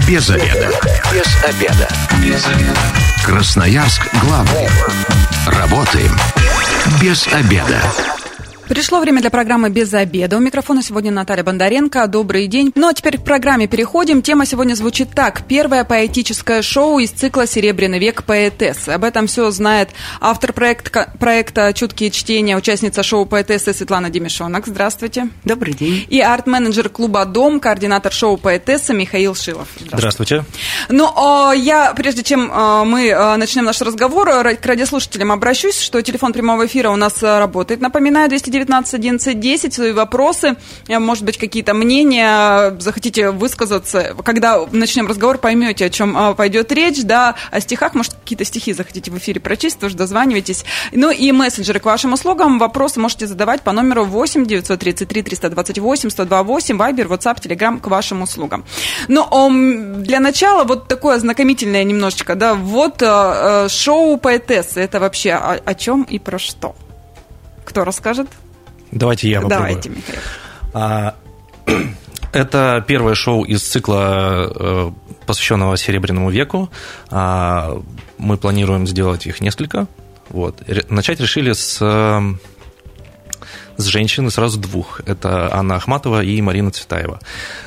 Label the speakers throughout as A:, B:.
A: Без обеда. Без обеда. Без обеда. Красноярск главный. Работаем без обеда.
B: Пришло время для программы «Без обеда». У микрофона сегодня Наталья Бондаренко. Добрый день. Ну а теперь к программе переходим. Тема сегодня звучит так. Первое поэтическое шоу из цикла «Серебряный век поэтессы». Об этом все знает автор проекта «Чуткие чтения», участница шоу поэтессы Светлана Демишонок. Здравствуйте.
C: Добрый день.
B: И арт-менеджер клуба «Дом», координатор шоу поэтесса Михаил Шилов.
D: Здравствуйте.
B: Ну, я, прежде чем мы начнем наш разговор, к радиослушателям обращусь, что телефон прямого эфира у нас работает. Напоминаю, 219 11 10, свои вопросы, может быть, какие-то мнения, захотите высказаться. Когда начнем разговор, поймете, о чем пойдет речь, да, о стихах, может, какие-то стихи захотите в эфире прочесть, тоже дозванивайтесь. Ну и мессенджеры к вашим услугам. Вопросы можете задавать по номеру 8 933 328 128, Вайбер, WhatsApp, Telegram к вашим услугам. Ну, для начала вот такое ознакомительное немножечко, да, вот шоу поэтессы, это вообще о чем и про что? Кто расскажет?
D: Давайте я попробую.
B: Давайте, Михаил.
D: Это первое шоу из цикла, посвященного Серебряному веку. Мы планируем сделать их несколько. Вот. Начать решили с женщин, сразу двух. Это Анна Ахматова и Марина Цветаева.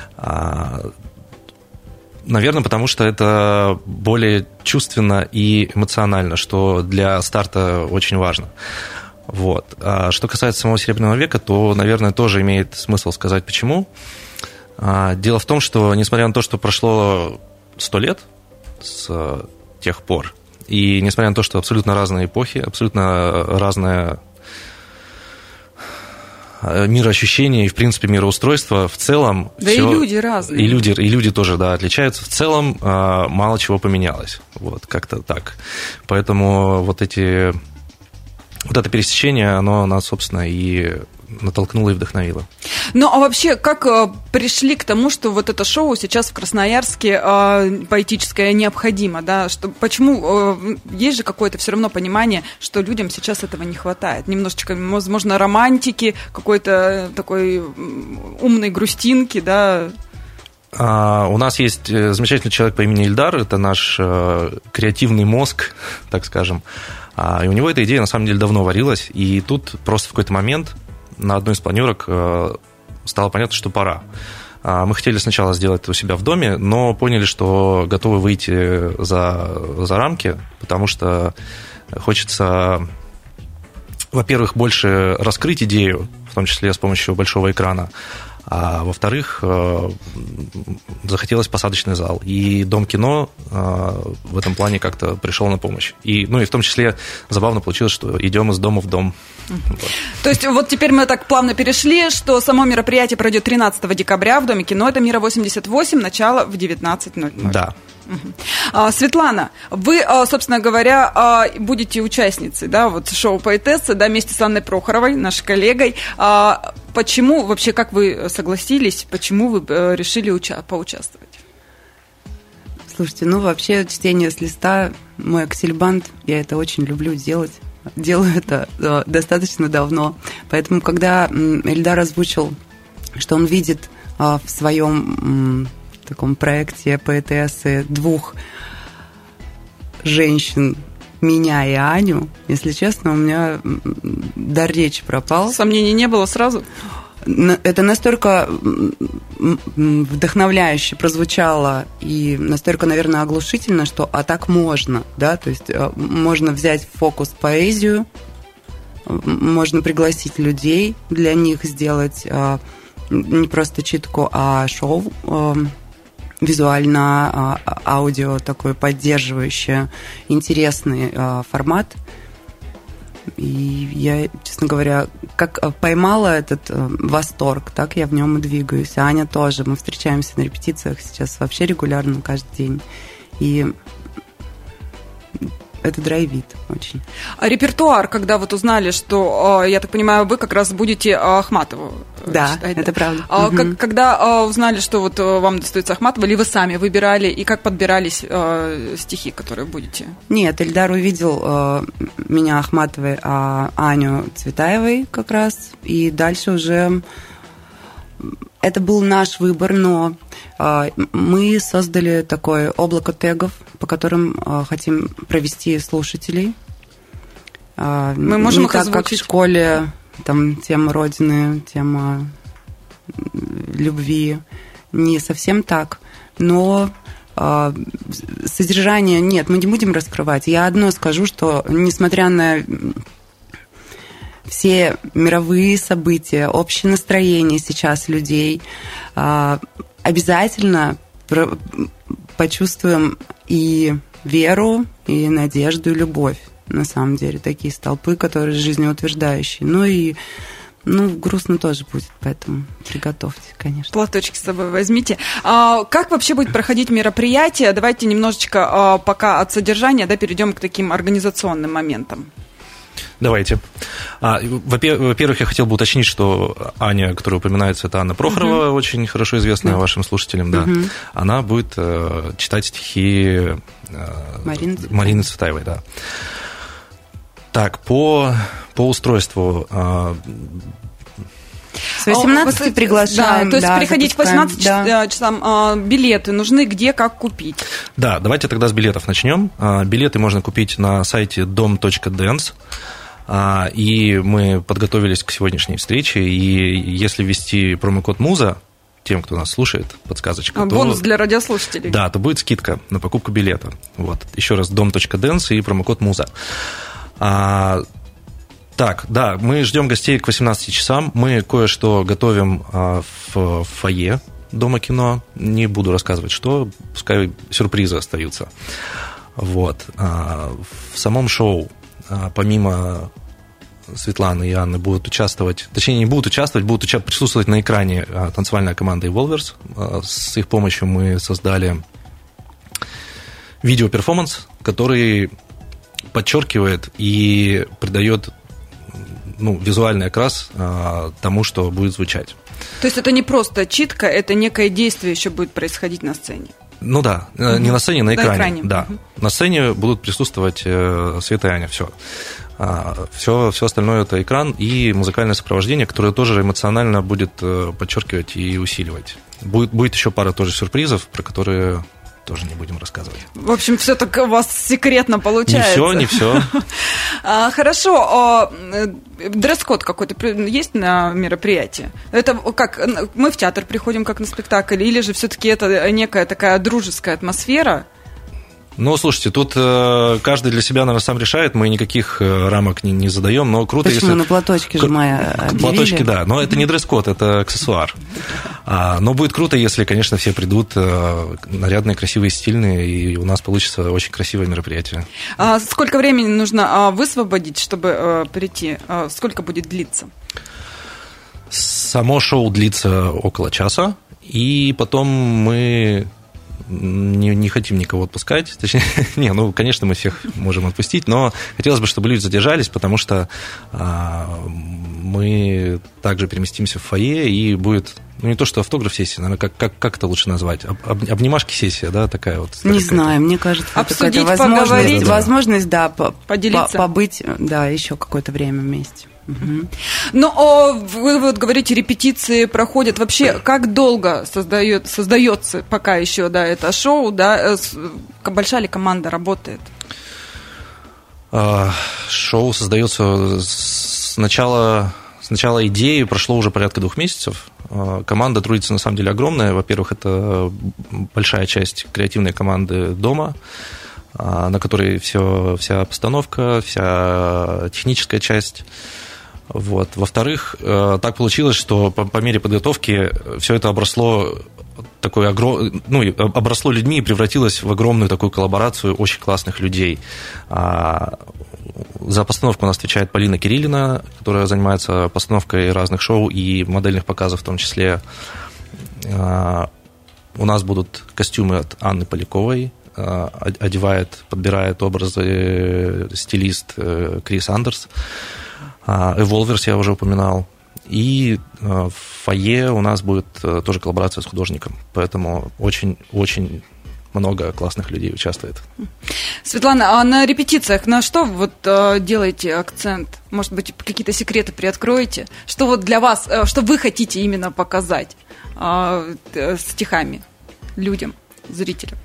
D: Наверное, потому что это более чувственно и эмоционально, что для старта очень важно. Вот. А что касается самого Серебряного века, то, наверное, тоже имеет смысл сказать, почему. Дело в том, что, несмотря на то, что прошло 100 лет с тех пор, и несмотря на то, что абсолютно разные эпохи, абсолютно разное мироощущение и, в принципе, мироустройство, в целом...
B: Да всё, и люди разные.
D: И люди тоже, да, отличаются. В целом мало чего поменялось. Вот, как-то так. Поэтому вот это пересечение, оно нас, собственно, и натолкнуло и вдохновило.
B: Ну, а вообще, как пришли к тому, что вот это шоу сейчас в Красноярске поэтическое необходимо, да? Почему есть же какое-то все равно понимание, что людям сейчас этого не хватает? Немножечко, возможно, романтики, какой-то такой умной грустинки, да?
D: У нас есть замечательный человек по имени Ильдар, это наш креативный мозг, так скажем. И у него эта идея, на самом деле, давно варилась, и тут просто в какой-то момент на одной из планерок стало понятно, что пора. Мы хотели сначала сделать это у себя в доме, но поняли, что готовы выйти за рамки, потому что хочется, во-первых, больше раскрыть идею, в том числе с помощью большого экрана, а во-вторых, захотелось посадочный зал. И Дом кино в этом плане как-то пришел на помощь. И в том числе забавно получилось, что идем из дома в дом. Вот.
B: То есть вот теперь мы так плавно перешли, что само мероприятие пройдет 13 декабря в Доме кино. Это Мира 88, начало в 19:00.
D: Да.
B: Угу. Светлана, вы, собственно говоря, будете участницей, да, вот шоу поэтессы, да, вместе с Анной Прохоровой, нашей коллегой. Почему, вообще, как вы согласились, почему вы решили поучаствовать?
C: Слушайте, вообще чтение с листа мой аксельбант, я это очень люблю делать. Делаю это достаточно давно. Поэтому, когда Эльдар озвучил, что он видит в своем таком проекте поэтессы двух женщин, меня и Аню, если честно, у меня дар речи пропал.
B: Сомнений не было сразу?
C: Это настолько вдохновляюще прозвучало и настолько, наверное, оглушительно, что так можно, да, то есть можно взять в фокус поэзию, можно пригласить людей, для них сделать не просто читку, а шоу, визуально, аудио такой поддерживающий, интересный формат. И я, честно говоря, как поймала этот восторг, так я в нем и двигаюсь. А Аня тоже. Мы встречаемся на репетициях сейчас вообще регулярно, каждый день. И это драйвит очень.
B: А репертуар, когда вот узнали, что, я так понимаю, вы как раз будете Ахматову
C: читать. Да, это правда.
B: Когда узнали, что вот вам достается Ахматова, или вы сами выбирали, и как подбирались стихи, которые будете?
C: Нет, Эльдар увидел меня Ахматовой, а Аню Цветаевой как раз, и дальше уже это был наш выбор, но Мы создали такое облако тегов, по которым хотим провести слушателей.
B: Мы можем
C: не
B: их
C: так,
B: озвучить?
C: как в школе, там тема Родины, тема любви, не совсем так, но содержание нет, мы не будем раскрывать. Я одно скажу, что несмотря на все мировые события, общее настроение сейчас людей, обязательно почувствуем и веру, и надежду, и любовь. На самом деле, такие столпы, которые жизнеутверждающие. Грустно тоже будет, поэтому приготовьте, конечно.
B: Платочки с собой возьмите. Как вообще будет проходить мероприятие? Давайте немножечко пока от содержания перейдем к таким организационным моментам.
D: Давайте. Во-первых, я хотел бы уточнить, что Аня, которая упоминается, это Анна Прохорова, очень хорошо известная вашим слушателям, да. Она будет читать стихи Марины Цветаевой, да. Так, по устройству.
C: С 18 приглашаем.
B: Да, то есть приходить к 18 часам. Билеты нужны, где, как купить?
D: Да, давайте тогда с билетов начнем. Билеты можно купить на сайте dom.dance. И мы подготовились к сегодняшней встрече. И если ввести промокод МУЗа, тем, кто нас слушает, подсказочка.
B: Бонус для радиослушателей.
D: Да, то будет скидка на покупку билета. Вот. Еще раз, dom.dance и промокод МУЗа. Так, да, мы ждем гостей к 18 часам. Мы кое-что готовим в фойе Дома кино. Не буду рассказывать, что, пускай сюрпризы остаются. Вот. В самом шоу, помимо Светланы и Анны, будут участвовать, точнее, не будут участвовать, будут присутствовать на экране танцевальная команда Evolvers. С их помощью мы создали видеоперформанс, который подчеркивает и придает визуальный окрас тому, что будет звучать.
B: То есть это не просто читка, это некое действие еще будет происходить на сцене?
D: Ну да, не на сцене, на экране. Да. На сцене будут присутствовать Света и Аня, все. Все остальное это экран и музыкальное сопровождение, которое тоже эмоционально будет подчеркивать и усиливать. Будет еще пара тоже сюрпризов, про которые тоже не будем рассказывать.
B: В общем, все так у вас секретно получается.
D: Не все.
B: Хорошо. Дресс-код какой-то есть на мероприятии? Это как мы в театр приходим как на спектакль, или же все-таки это некая такая дружеская атмосфера?
D: Ну, слушайте, тут каждый для себя, наверное, сам решает, мы никаких рамок не задаем, но круто,
C: почему?
D: если...
C: На платочке же мы объявили.
D: Платочки, да, но это не дресс-код, это аксессуар. Но будет круто, если, конечно, все придут нарядные, красивые, стильные, и у нас получится очень красивое мероприятие.
B: Сколько времени нужно высвободить, чтобы прийти? Сколько будет длиться?
D: Само шоу длится около часа, и потом мы... Не хотим никого отпускать. Точнее, конечно, мы всех можем отпустить, но хотелось бы, чтобы люди задержались, потому что мы также переместимся в фойе, и будет, не то что автограф-сессия, наверное, как это лучше назвать? Обнимашки-сессия, да, такая вот.
C: Не знаю, мне кажется,
B: обсудить,
C: это возможность,
B: поделиться.
C: Побыть, да, еще какое-то время вместе. Угу.
B: Но вы вот говорите, репетиции проходят. Вообще, как долго создается пока еще, да, это шоу, да? Большая ли команда работает?
D: Шоу создается с начала идеи, прошло уже порядка 2 месяцев. Команда трудится на самом деле огромная. Во-первых, это большая часть креативной команды Дома, на которой вся постановка, вся техническая часть. Вот. Во-вторых, так получилось, что по мере подготовки все это обросло людьми и превратилось в огромную такую коллаборацию очень классных людей. За постановку у нас отвечает Полина Кириллина, которая занимается постановкой разных шоу и модельных показов в том числе. У нас будут костюмы от Анны Поляковой, подбирает образы стилист Крис Андерс. Evolvers я уже упоминал. И в фойе у нас будет тоже коллаборация с художником. Поэтому очень-очень много классных людей участвует.
B: Светлана, а на репетициях на что вот делаете акцент? Может быть, какие-то секреты приоткроете? Что вот для вас, что вы хотите именно показать стихами? людям, зрителям?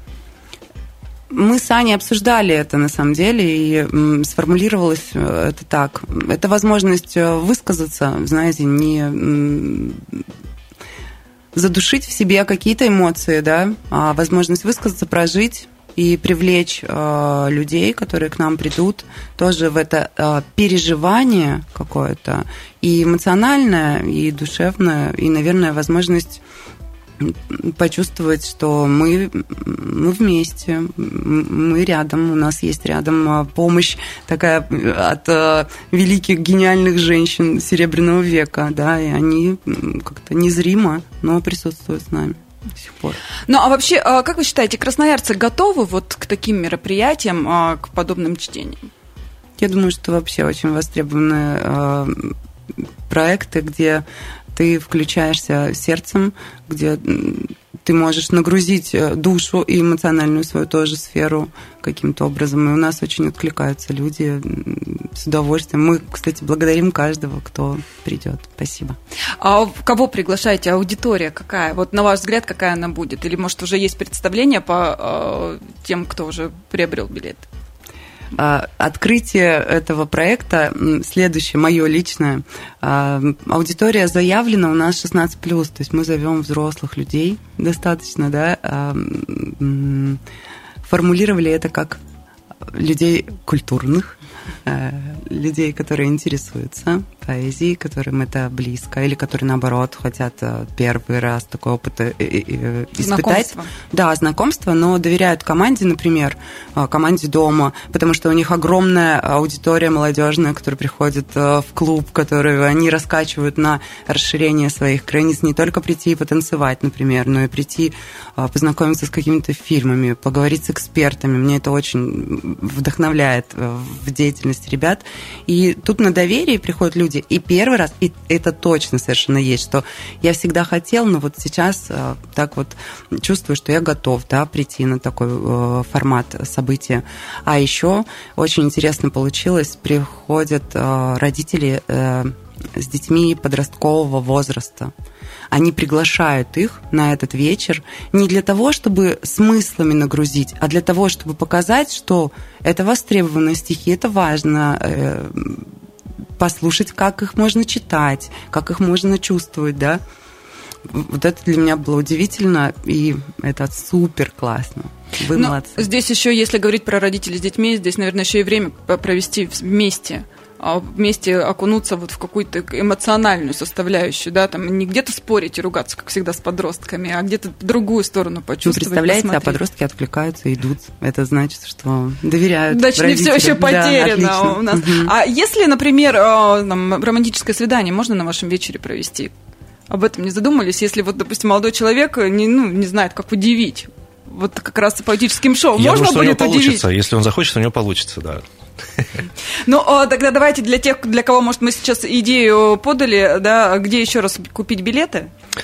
C: Мы с Аней обсуждали это, на самом деле, и сформулировалось это так. Это возможность высказаться, знаете, не задушить в себе какие-то эмоции, да, а возможность высказаться, прожить и привлечь людей, которые к нам придут, тоже в это переживание какое-то, и эмоциональное, и душевное, и, наверное, возможность почувствовать, что мы вместе, мы рядом, у нас есть рядом помощь такая от великих гениальных женщин Серебряного века, да, и они как-то незримо, но присутствуют с нами до сих пор.
B: Ну, а вообще, как вы считаете, красноярцы готовы вот к таким мероприятиям, к подобным чтениям?
C: Я думаю, что вообще очень востребованы проекты, где ты включаешься сердцем, где ты можешь нагрузить душу и эмоциональную свою тоже сферу каким-то образом. И у нас очень откликаются люди с удовольствием. Мы, кстати, благодарим каждого, кто придет. Спасибо.
B: А кого приглашаете? Аудитория какая? Вот на ваш взгляд, какая она будет? Или, может, уже есть представление по тем, кто уже приобрел билет?
C: Открытие этого проекта, следующее, мое личное, аудитория заявлена у нас 16+, то есть мы зовем взрослых людей достаточно, да, формулировали это как людей культурных, людей, которые интересуются поэзией, которым это близко, или которые, наоборот, хотят первый раз такой опыт испытать.
B: Знакомство.
C: Да, знакомство, но доверяют команде, например, команде дома, потому что у них огромная аудитория молодежная, которая приходит в клуб, которую они раскачивают на расширение своих границ, не только прийти и потанцевать, например, но и прийти познакомиться с какими-то фильмами, поговорить с экспертами. Мне это очень вдохновляет в деятельности ребят. И тут на доверие приходят люди. И первый раз, и это точно совершенно есть, что я всегда хотел, но вот сейчас так вот чувствую, что я готов, да, прийти на такой формат события. А еще очень интересно получилось, приходят родители с детьми подросткового возраста. Они приглашают их на этот вечер не для того, чтобы смыслами нагрузить, а для того, чтобы показать, что это востребованные стихи, это важно, послушать, как их можно читать, как их можно чувствовать, да. Вот это для меня было удивительно, и это супер классно. Вы молодцы.
B: Здесь еще, если говорить про родителей с детьми, здесь, наверное, еще и время провести вместе окунуться вот в какую-то эмоциональную составляющую, да, там не где-то спорить и ругаться, как всегда, с подростками, а где-то в другую сторону почувствовать.
C: Вы представляете, посмотреть. А подростки откликаются и идут. Это значит, что доверяют.
B: Значит, не все еще потеряно, да, у нас. А если, например, там, романтическое свидание можно на вашем вечере провести? Об этом не задумались? Если, вот, допустим, молодой человек не знает, как удивить, вот как раз с поэтическим шоу,
D: я
B: можно
D: думаю,
B: будет удивить?
D: Получится. Если он захочет, у него получится, да.
B: Ну, тогда давайте для тех, для кого, может, мы сейчас идею подали, да, где еще раз купить билеты?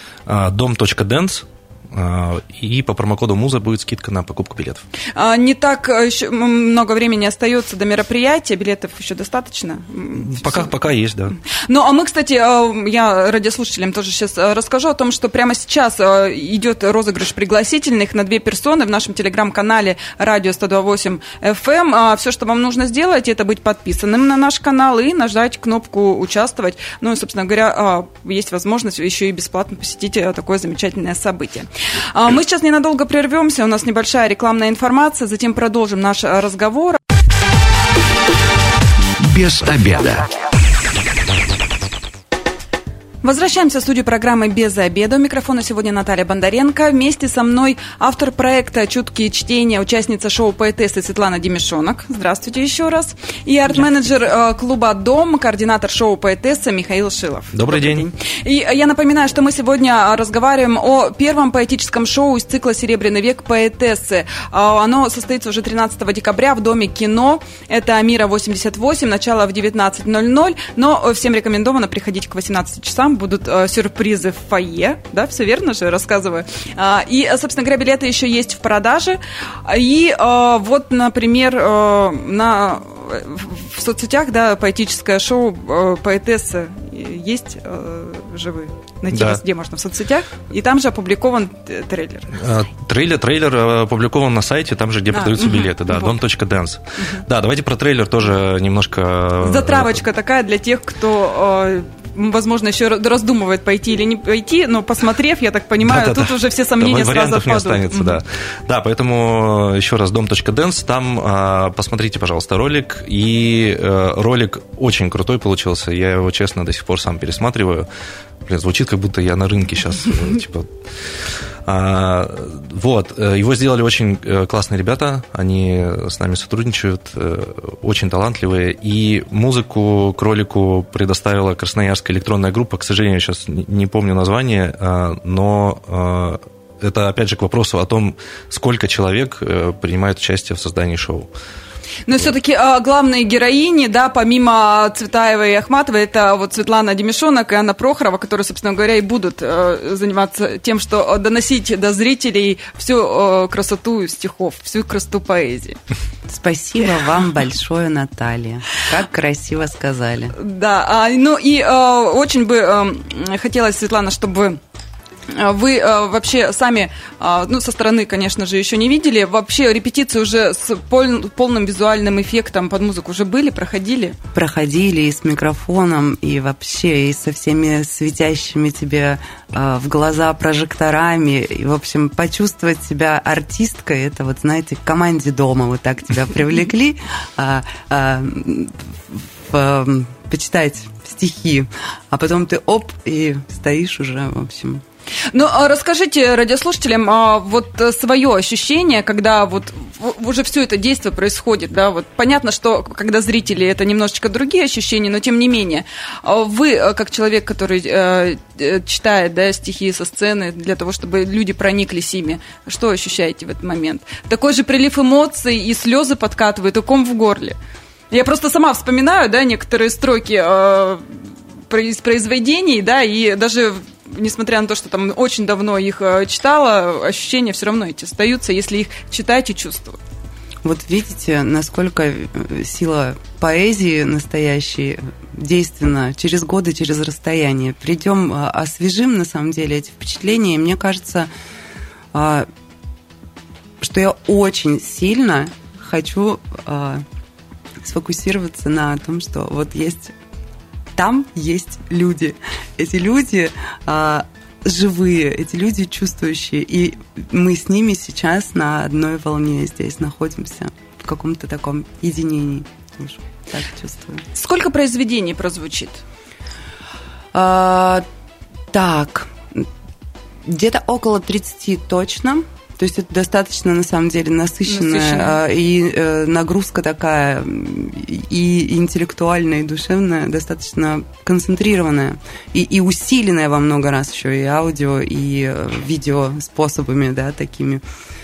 D: Dom.dance. И по промокоду МУЗа будет скидка на покупку билетов.
B: Не так еще много времени остается до мероприятия, билетов еще достаточно?
D: Пока есть, да.
B: Ну, а мы, кстати, я радиослушателям тоже сейчас расскажу о том, что прямо сейчас идет розыгрыш пригласительных на 2 персоны в нашем телеграм-канале «Радио 102.8 FM». Все, что вам нужно сделать, это быть подписанным на наш канал и нажать кнопку «Участвовать». Ну и, собственно говоря, есть возможность еще и бесплатно посетить такое замечательное событие. Мы сейчас ненадолго прервемся, у нас небольшая рекламная информация, затем продолжим наш разговор.
A: Без обеда.
B: Возвращаемся в студию программы «Без обеда». У микрофона сегодня Наталья Бондаренко. Вместе со мной автор проекта «Чуткие чтения», участница шоу «Поэтесса» Светлана Демишонок. Здравствуйте еще раз. И арт-менеджер клуба «Дом», координатор шоу «Поэтесса» Михаил Шилов.
D: Добрый день.
B: И я напоминаю, что мы сегодня разговариваем о первом поэтическом шоу из цикла «Серебряный век» «Поэтессы». Оно состоится уже 13 декабря в Доме кино. Это Мира 88, начало в 19:00. Но всем рекомендовано приходить к 18 часам. Будут сюрпризы в фойе, да, все верно же, рассказываю. И, собственно говоря, билеты еще есть в продаже. И вот, например, в соцсетях, да, поэтическое шоу «Поэтесса» есть живые. Найти везде можно в соцсетях. И там же опубликован трейлер.
D: Трейлер опубликован на сайте, там же, где продаются билеты, да, вот. Don.dance. Да, давайте про трейлер тоже немножко...
B: Затравочка такая для тех, кто... возможно, еще раздумывает, пойти или не пойти, но посмотрев, я так понимаю, тут уже все сомнения сразу отпадут.
D: Не останется, да. Да, поэтому еще раз Dom.dance, там посмотрите, пожалуйста, ролик, и ролик очень крутой получился, я его, честно, до сих пор сам пересматриваю. Блин, звучит, как будто я на рынке сейчас, типа... Вот, его сделали очень классные ребята, они с нами сотрудничают, очень талантливые, и музыку к ролику предоставила красноярская электронная группа, к сожалению, сейчас не помню название, но это, опять же, к вопросу о том, сколько человек принимает участие в создании шоу.
B: Но все-таки главные героини, да, помимо Цветаевой и Ахматовой, это вот Светлана Демишонок и Анна Прохорова, которые, собственно говоря, и будут заниматься тем, что доносить до зрителей всю красоту стихов, всю красоту поэзии.
C: Спасибо вам большое, Наталья. Как красиво сказали.
B: Да, ну и очень бы хотелось, Светлана, чтобы... Вы вообще сами, ну, со стороны, конечно же, еще не видели. Вообще репетиции уже с полным визуальным эффектом под музыку уже были, проходили?
C: Проходили и с микрофоном, и вообще, и со всеми светящими тебе в глаза прожекторами. И, в общем, почувствовать себя артисткой, это вот, знаете, к команде дома вот так тебя привлекли, почитать стихи, а потом ты оп, и стоишь уже, в общем...
B: Ну, расскажите радиослушателям вот свое ощущение, когда вот уже все это действие происходит, да, вот понятно, что когда зрители, это немножечко другие ощущения, но тем не менее, вы, как человек, который читает, да, стихи со сцены для того, чтобы люди прониклись ими, что ощущаете в этот момент? Такой же прилив эмоций, и слезы подкатывают, и ком в горле. Я просто сама вспоминаю, да, некоторые строки из произведений, да, и даже... Несмотря на то, что там очень давно их читала, ощущения все равно эти остаются, если их читать и чувствовать.
C: Вот видите, насколько сила поэзии настоящей действенна через годы, через расстояние. Придем, освежим, на самом деле, эти впечатления. И мне кажется, что я очень сильно хочу сфокусироваться на том, что вот есть... Там есть люди. Эти люди живые, эти люди чувствующие. И мы с ними сейчас на одной волне здесь находимся, в каком-то таком единении. Так чувствую.
B: Сколько произведений прозвучит?
C: Так, где-то около 30 точно. То есть это достаточно, на самом деле, насыщенная и нагрузка такая, и интеллектуальная, и душевная, достаточно концентрированная, и усиленная во много раз еще и аудио, и видео способами, да, такими.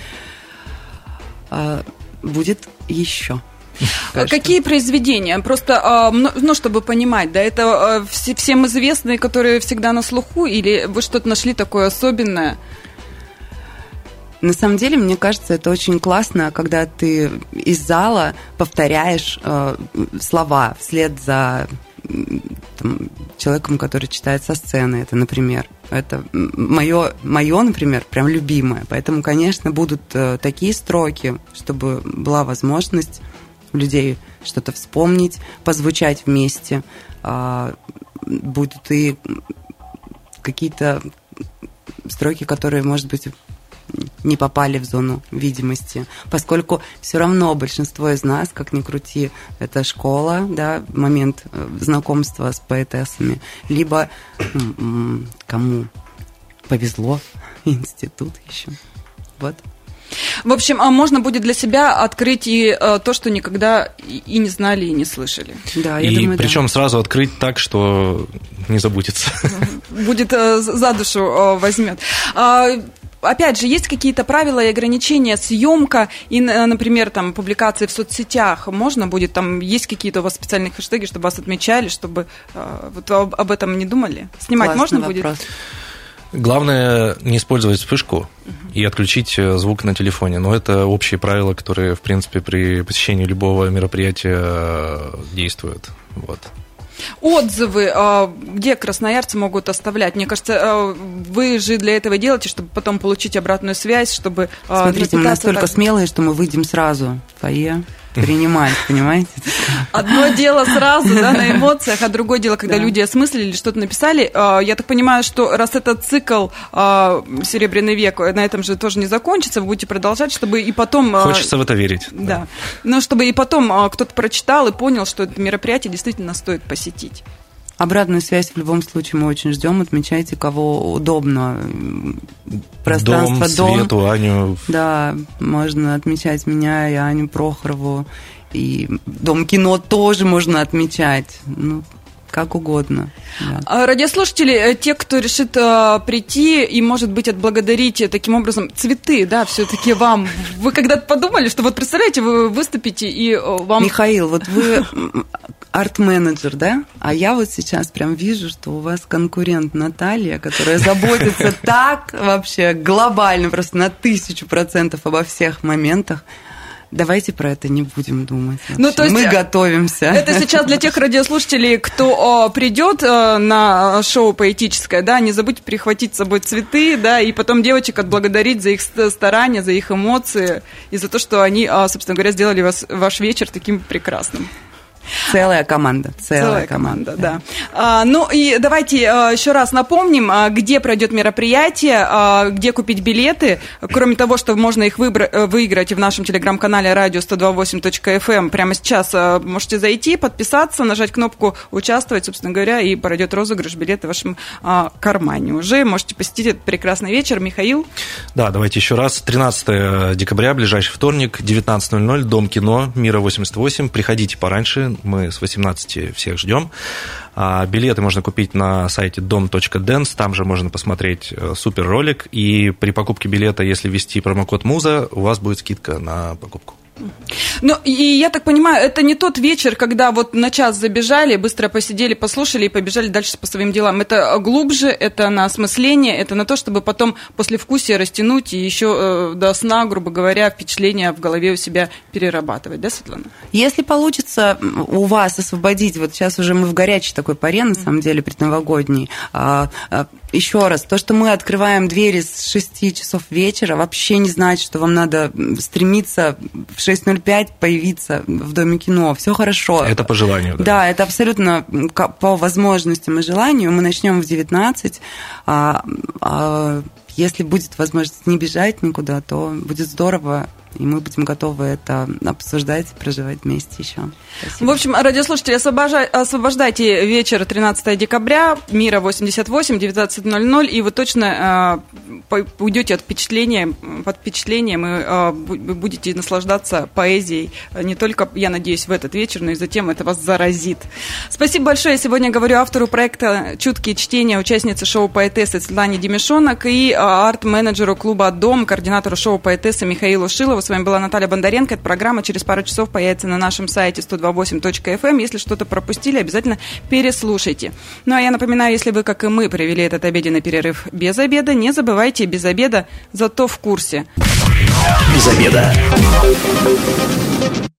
C: Будет еще.
B: Какие произведения? Просто, ну, чтобы понимать, да, это всем известные, которые всегда на слуху, или вы что-то нашли такое особенное?
C: На самом деле, мне кажется, это очень классно, когда ты из зала повторяешь слова вслед за там, человеком, который читает со сцены. Это, например, это мое, например, прям любимое. Поэтому, конечно, будут такие строки, чтобы была возможность у людей что-то вспомнить, позвучать вместе. Будут и какие-то строки, которые, может быть, не попали в зону видимости, поскольку все равно большинство из нас, как ни крути, это школа, да, момент знакомства с поэтессами, либо кому повезло, институт еще. Вот.
B: В общем, можно будет для себя открыть и то, что никогда и не знали, и не слышали.
C: Да, я думаю,
D: причем сразу открыть так, что не забудется.
B: Будет за душу возьмет. Опять же, есть какие-то правила и ограничения, съемка и, например, там, публикации в соцсетях? Можно будет, там, есть какие-то у вас специальные хэштеги, чтобы вас отмечали, чтобы вот об этом не думали? Снимать
C: классный
B: можно
C: вопрос.
B: Будет?
D: Главное не использовать вспышку и отключить звук на телефоне. Но это общие правила, которые, в принципе, при посещении любого мероприятия действуют. Вот.
B: Отзывы, где красноярцы могут оставлять? Мне кажется, вы же для этого делаете, чтобы потом получить обратную связь, чтобы...
C: Смотрите, мы настолько смелые, что мы выйдем сразу в фойе принимать, понимаете?
B: Одно дело сразу, да, на эмоциях, а другое дело, когда люди осмыслили, что-то написали. Я так понимаю, что раз этот цикл «Серебряный век» на этом же тоже не закончится, вы будете продолжать, чтобы и потом...
D: Хочется в это верить.
B: Да. Но чтобы и потом кто-то прочитал и понял, что это мероприятие действительно стоит посетить.
C: Обратную связь в любом случае мы очень ждем. Отмечайте, кого удобно. Пространство дом.
D: Свету, Аню.
C: Да, можно отмечать меня и Аню Прохорову. И Дом кино тоже можно отмечать. Ну, как угодно. Да.
B: Радиослушатели, те, кто решит прийти и, может быть, отблагодарить таким образом цветы, да, все-таки вам. Вы когда-то подумали, что вот представляете, вы выступите и вам...
C: Михаил, вот вы арт-менеджер, да? А я вот сейчас прям вижу, что у вас конкурент Наталья, которая заботится так вообще глобально, просто на 1000% обо всех моментах. Давайте про это не будем думать.
B: Ну, то есть
C: мы готовимся.
B: Это сейчас для тех радиослушателей, кто придет на шоу поэтическое, да, не забудьте прихватить с собой цветы, да, и потом девочек отблагодарить за их старания, за их эмоции и за то, что они, собственно говоря, сделали ваш вечер таким прекрасным.
C: Целая команда. Целая команда,
B: да. Ну и давайте еще раз напомним, где пройдет мероприятие, где купить билеты. Кроме того, что можно их выиграть в нашем телеграм-канале radio102.8.fm. Прямо сейчас можете зайти, подписаться, нажать кнопку «Участвовать», собственно говоря, и пройдет розыгрыш билета в вашем кармане. Уже можете посетить этот прекрасный вечер. Михаил?
D: Да, давайте еще раз. 13 декабря, ближайший вторник, 19:00, Дом кино, Мира 88. Приходите пораньше. Мы с 18 всех ждем. Билеты можно купить на сайте dom.dance, там же можно посмотреть супер ролик. И при покупке билета, если ввести промокод МУЗа, у вас будет скидка на покупку.
B: Ну, и я так понимаю, это не тот вечер, когда вот на час забежали, быстро посидели, послушали и побежали дальше по своим делам. Это глубже, это на осмысление, это на то, чтобы потом послевкусие растянуть и еще до сна, грубо говоря, впечатления в голове у себя перерабатывать. Да, Светлана?
C: Если получится у вас освободить, вот сейчас уже мы в горячей такой паре, на самом деле, предновогодней, еще раз, то, что мы открываем двери с 6 часов вечера, вообще не значит, что вам надо стремиться в 6:05 появиться в Доме кино. Все хорошо.
D: Это по желанию.
C: Да, это абсолютно по возможностям и желанию. Мы начнем в 19. Если будет возможность не бежать никуда, то будет здорово. И мы будем готовы это обсуждать, проживать вместе еще. Спасибо.
B: В общем, радиослушатели, освобождайте вечер 13 декабря, Мира 88, 19:00, и вы точно уйдете под впечатлением, и вы будете наслаждаться поэзией не только, я надеюсь, в этот вечер, но и затем это вас заразит. Спасибо большое. Я сегодня говорю автору проекта «Чуткие чтения», участнице шоу «Поэтессы» Светлане Демишонок и арт-менеджеру клуба «Дом», координатору шоу «Поэтессы» Михаилу Шилову. С вами была Наталья Бондаренко. Эта программа через пару часов появится на нашем сайте 102.8.fm. Если что-то пропустили, обязательно переслушайте. Ну, а я напоминаю, если вы, как и мы, провели этот обеденный перерыв без обеда, не забывайте, без обеда, зато в курсе.
A: Без обеда.